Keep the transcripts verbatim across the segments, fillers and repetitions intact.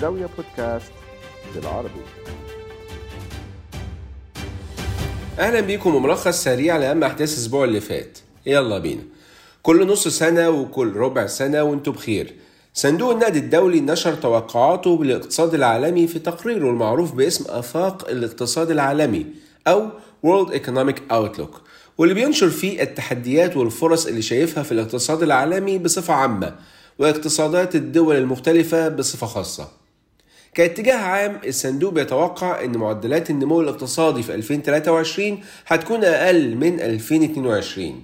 زاوية بودكاست بالعربي. أهلا بيكم وملخص سريع لأهم أحداث الأسبوع اللي فات. يلا بينا. كل نص سنة وكل ربع سنة وانتم بخير. صندوق النقد الدولي نشر توقعاته بالاقتصاد العالمي في تقريره المعروف باسم آفاق الاقتصاد العالمي أو World Economic Outlook، واللي بينشر فيه التحديات والفرص اللي شايفها في الاقتصاد العالمي بصفة عامة واقتصادات الدول المختلفة بصفة خاصة. كاتجاه عام، الصندوق بيتوقع أن معدلات النمو الاقتصادي في ألفين وثلاثة وعشرين هتكون أقل من ألفين واثنين وعشرين.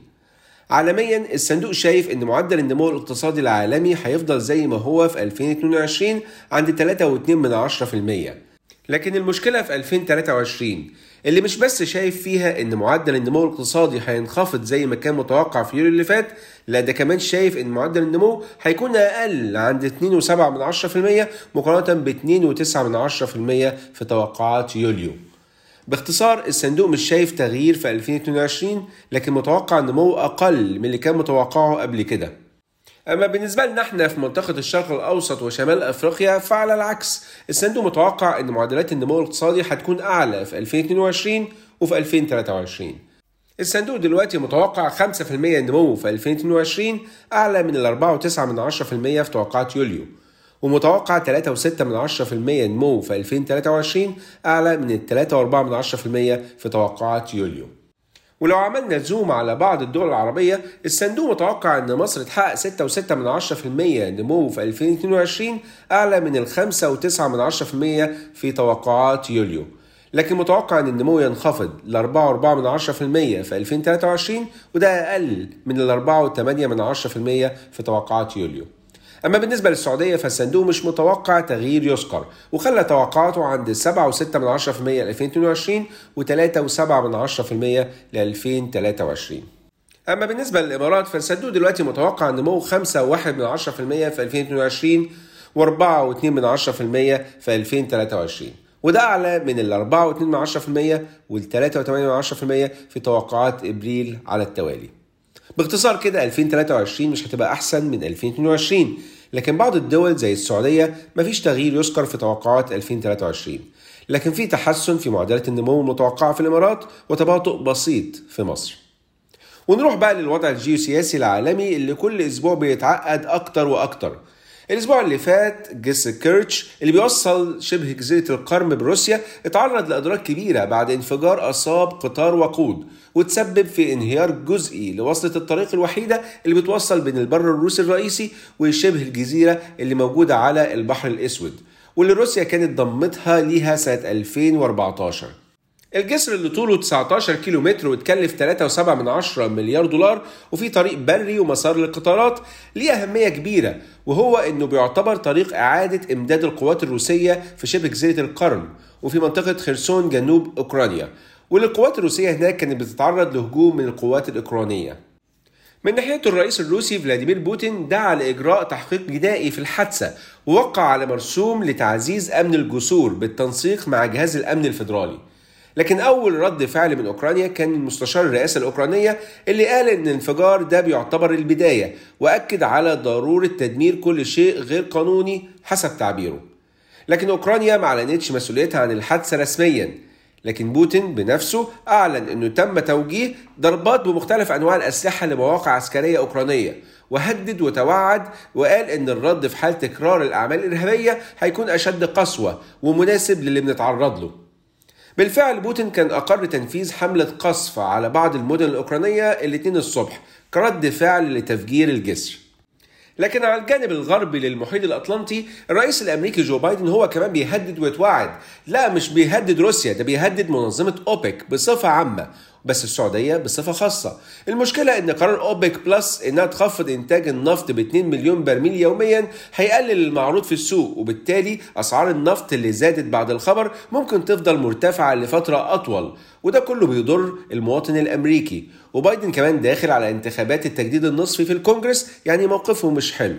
عالميا الصندوق شايف أن معدل النمو الاقتصادي العالمي هيفضل زي ما هو في ألفين واثنين وعشرين عند ثلاثة فاصلة اثنين بالمية. لكن المشكلة في ألفين وثلاثة وعشرين اللي مش بس شايف فيها ان معدل النمو الاقتصادي هينخفض زي ما كان متوقع في يوليو اللي فات، لا ده كمان شايف ان معدل النمو هيكون اقل عند اثنين فاصلة سبعة بالمية مقارنة ب اثنين فاصلة تسعة بالمية في توقعات يوليو. باختصار، الصندوق مش شايف تغيير في ألفين واثنين وعشرين، لكن متوقع نمو اقل من اللي كان متوقعه قبل كده. أما بالنسبة لنا احنا في منطقة الشرق الأوسط وشمال أفريقيا فعلى العكس، الصندوق متوقع أن معدلات النمو الاقتصادي هتكون أعلى في ألفين واثنين وعشرين وفي ألفين وثلاثة وعشرين. الصندوق دلوقتي متوقع خمسة بالمية نمو في ألفين واثنين وعشرين، أعلى من ال أربعة فاصلة تسعة بالمية في توقعات يوليو، ومتوقع ثلاثة فاصلة ستة بالمية نمو في ألفين وثلاثة وعشرين، أعلى من ال ثلاثة فاصلة أربعة بالمية في توقعات يوليو. ولو عملنا زوم على بعض الدول العربية، الصندوق متوقع أن مصر تحقق ستة فاصلة ستة بالمية نمو في ألفين واثنين وعشرين، أعلى من ال خمسة فاصلة تسعة بالمية في توقعات يوليو، لكن متوقع أن النمو ينخفض ل أربعة فاصلة أربعة بالمية في ألفين وثلاثة وعشرين، وده أقل من ال أربعة فاصلة ثمانية بالمية في توقعات يوليو. أما بالنسبة للسعودية فالصندوق مش متوقع تغيير يذكر، وخلى توقعاته عند سبعة فاصلة ستة بالمية ل ألفين واثنين وعشرين و ثلاثة فاصلة سبعة بالمية ل ألفين وثلاثة وعشرين. أما بالنسبة للإمارات فالصندوق دلوقتي متوقع نمو خمسة فاصلة واحد بالمية في ألفين واثنين وعشرين و أربعة فاصلة اثنين بالمية في ألفين وثلاثة وعشرين، وده أعلى من ال أربعة فاصلة اثنين بالمية وال ثلاثة فاصلة ثمانية بالمية في توقعات إبريل على التوالي. باختصار كده ألفين وثلاثة وعشرين مش هتبقى أحسن من ألفين واثنين وعشرين، لكن بعض الدول زي السعودية مفيش تغيير يذكر في توقعات ألفين وثلاثة وعشرين، لكن في تحسن في معدلات النمو المتوقعة في الإمارات وتباطؤ بسيط في مصر. ونروح بقى للوضع الجيوسياسي العالمي اللي كل أسبوع بيتعقد أكتر وأكتر. الأسبوع اللي فات جسر كيرتش اللي بيوصل شبه جزيرة القرم بروسيا اتعرض لأضرار كبيرة بعد انفجار أصاب قطار وقود، وتسبب في انهيار جزئي لوصلة الطريق الوحيدة اللي بتوصل بين البر الروسي الرئيسي وشبه الجزيرة اللي موجودة على البحر الأسود، واللي روسيا كانت ضمتها ليها سنة ألفين وأربعة عشر. الجسر اللي طوله تسعة عشر كيلو متر وتكلف ثلاثة فاصلة سبعة مليار دولار وفي طريق بري ومسار للقطارات، ليه أهمية كبيرة، وهو أنه بيعتبر طريق إعادة إمداد القوات الروسية في شبه جزيرة القرم وفي منطقة خرسون جنوب أوكرانيا، واللي القوات الروسية هناك كانت بتتعرض لهجوم من القوات الأوكرانية. من ناحيته الرئيس الروسي فلاديمير بوتين دعا لإجراء تحقيق جنائي في الحادثة، ووقع على مرسوم لتعزيز أمن الجسور بالتنسيق مع جهاز الأمن الفيدرالي. لكن أول رد فعل من أوكرانيا كان مستشار الرئاسة الأوكرانية اللي قال إن الانفجار ده بيعتبر البداية، وأكد على ضرورة تدمير كل شيء غير قانوني حسب تعبيره. لكن أوكرانيا ما أعلنتش مسؤوليتها عن الحادثة رسميا، لكن بوتين بنفسه أعلن أنه تم توجيه ضربات بمختلف أنواع الأسلحة لمواقع عسكرية أوكرانية، وهدد وتوعد وقال أن الرد في حال تكرار الأعمال الإرهابية هيكون أشد قسوة ومناسب للي بنتعرض له. بالفعل بوتين كان أقر تنفيذ حملة قصف على بعض المدن الأوكرانية الاثنين الصبح كرد فعل لتفجير الجسر. لكن على الجانب الغربي للمحيط الأطلنطي الرئيس الأمريكي جو بايدن هو كمان بيهدد ويتوعد. لا مش بيهدد روسيا، ده بيهدد منظمة أوبك بصفة عامة، بس السعودية بصفة خاصة. المشكلة إن قرار أوبك بلس إنها تخفض إنتاج النفط ب اثنين مليون برميل يوميا هيقلل المعروض في السوق، وبالتالي أسعار النفط اللي زادت بعد الخبر ممكن تفضل مرتفعة لفترة أطول، وده كله بيضر المواطن الأمريكي. وبايدن كمان داخل على انتخابات التجديد النصفي في الكونجرس، يعني موقفه مش حلو.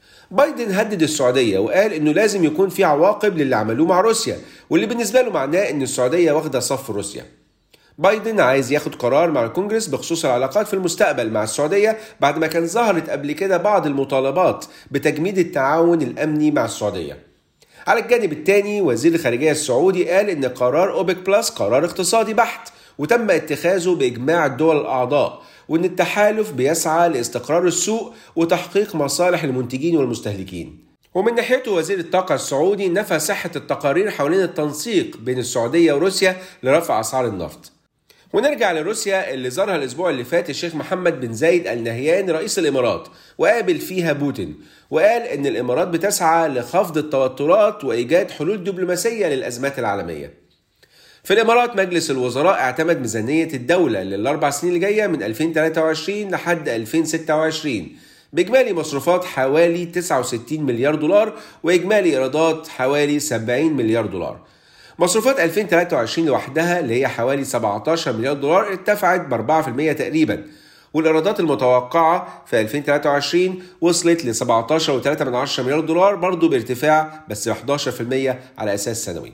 بايدن هدد السعودية وقال إنه لازم يكون في عواقب للي عملوه مع روسيا، واللي بالنسبة له معناه إن السعودية واخدة صف روسيا. بايدن عايز ياخد قرار مع الكونجرس بخصوص العلاقات في المستقبل مع السعودية بعد ما كان ظهرت قبل كده بعض المطالبات بتجميد التعاون الأمني مع السعودية. على الجانب الثاني وزير الخارجية السعودي قال إن قرار أوبك بلس قرار اقتصادي بحت وتم اتخاذه بإجماع الدول الأعضاء، وإن التحالف بيسعى لاستقرار السوق وتحقيق مصالح المنتجين والمستهلكين. ومن ناحيته وزير الطاقة السعودي نفى صحة التقارير حوالين التنسيق بين السعودية وروسيا لرفع أسعار النفط. ونرجع لروسيا اللي زارها الأسبوع اللي فات الشيخ محمد بن زايد آل نهيان رئيس الإمارات، وقابل فيها بوتين، وقال إن الإمارات بتسعى لخفض التوترات وإيجاد حلول دبلوماسية للأزمات العالمية. في الإمارات مجلس الوزراء اعتمد ميزانية الدولة للأربع سنين الجاية من ألفين وثلاثة وعشرين لحد ألفين وستة وعشرين بإجمالي مصروفات حوالي تسعة وستين مليار دولار وإجمالي إيرادات حوالي سبعين مليار دولار. مصروفات ألفين وثلاثة وعشرين لوحدها اللي هي حوالي سبعة عشر مليار دولار ارتفعت ب أربعة بالمئة تقريبا، والإيرادات المتوقعة في ألفين وثلاثة وعشرين وصلت ل سبعة عشر فاصلة ثلاثة مليار دولار برضو بارتفاع بس أحد عشر بالمئة على أساس سنوي.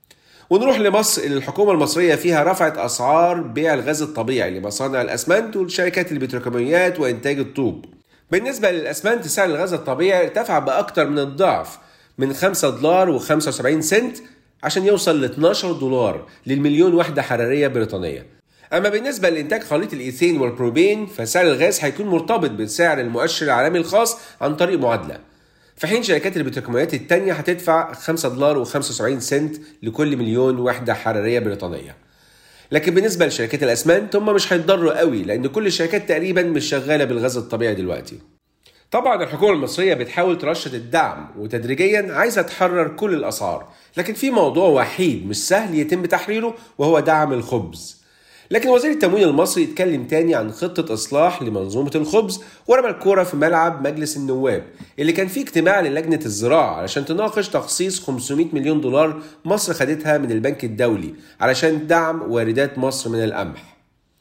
ونروح لمصر اللي الحكومة المصرية فيها رفعت أسعار بيع الغاز الطبيعي لمصانع الأسمنت والشركات البتروكيماويات وإنتاج الطوب. بالنسبة للأسمنت سعر الغاز الطبيعي ارتفع بأكتر من الضعف من خمسة دولار وخمسة وسبعين سنت عشان يوصل ل اثناشر دولار للمليون وحدة حرارية بريطانية. أما بالنسبة لإنتاج خليط الإيثين والبروبين فسعر الغاز هيكون مرتبط بسعر المؤشر العالمي الخاص عن طريق معادلة، في حين شركات البتروكيماويات التانية هتدفع خمسة دولار وخمسة وسبعين سنت لكل مليون وحدة حرارية بريطانية. لكن بالنسبة لشركات الأسمنت هم مش هيتضروا قوي لأن كل الشركات تقريبا مش شغالة بالغاز الطبيعي دلوقتي. طبعا الحكومة المصرية بتحاول ترشد الدعم وتدريجيا عايزة تحرر كل الأسعار، لكن في موضوع وحيد مش سهل يتم تحريره وهو دعم الخبز. لكن وزير التموين المصري اتكلم تاني عن خطة إصلاح لمنظومة الخبز ورمى الكورة في ملعب مجلس النواب اللي كان فيه اجتماع للجنة الزراعة علشان تناقش تخصيص خمسمائة مليون دولار مصر خدتها من البنك الدولي علشان دعم واردات مصر من القمح.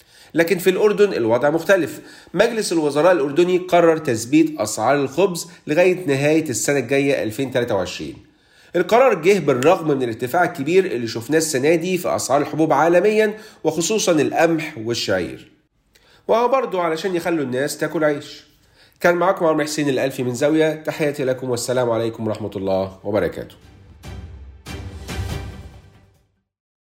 لكن في الأردن الوضع مختلف، مجلس الوزراء الأردني قرر تثبيت أسعار الخبز لغاية نهاية السنة الجاية ألفين وثلاثة وعشرين. القرار جه بالرغم من الارتفاع الكبير اللي شفناه السنة دي في أسعار الحبوب عالميا وخصوصا القمح والشعير، وبرضه علشان يخلوا الناس تاكل عيش. كان معكم عمرو حسين الألفي من زاوية، تحياتي لكم والسلام عليكم ورحمة الله وبركاته.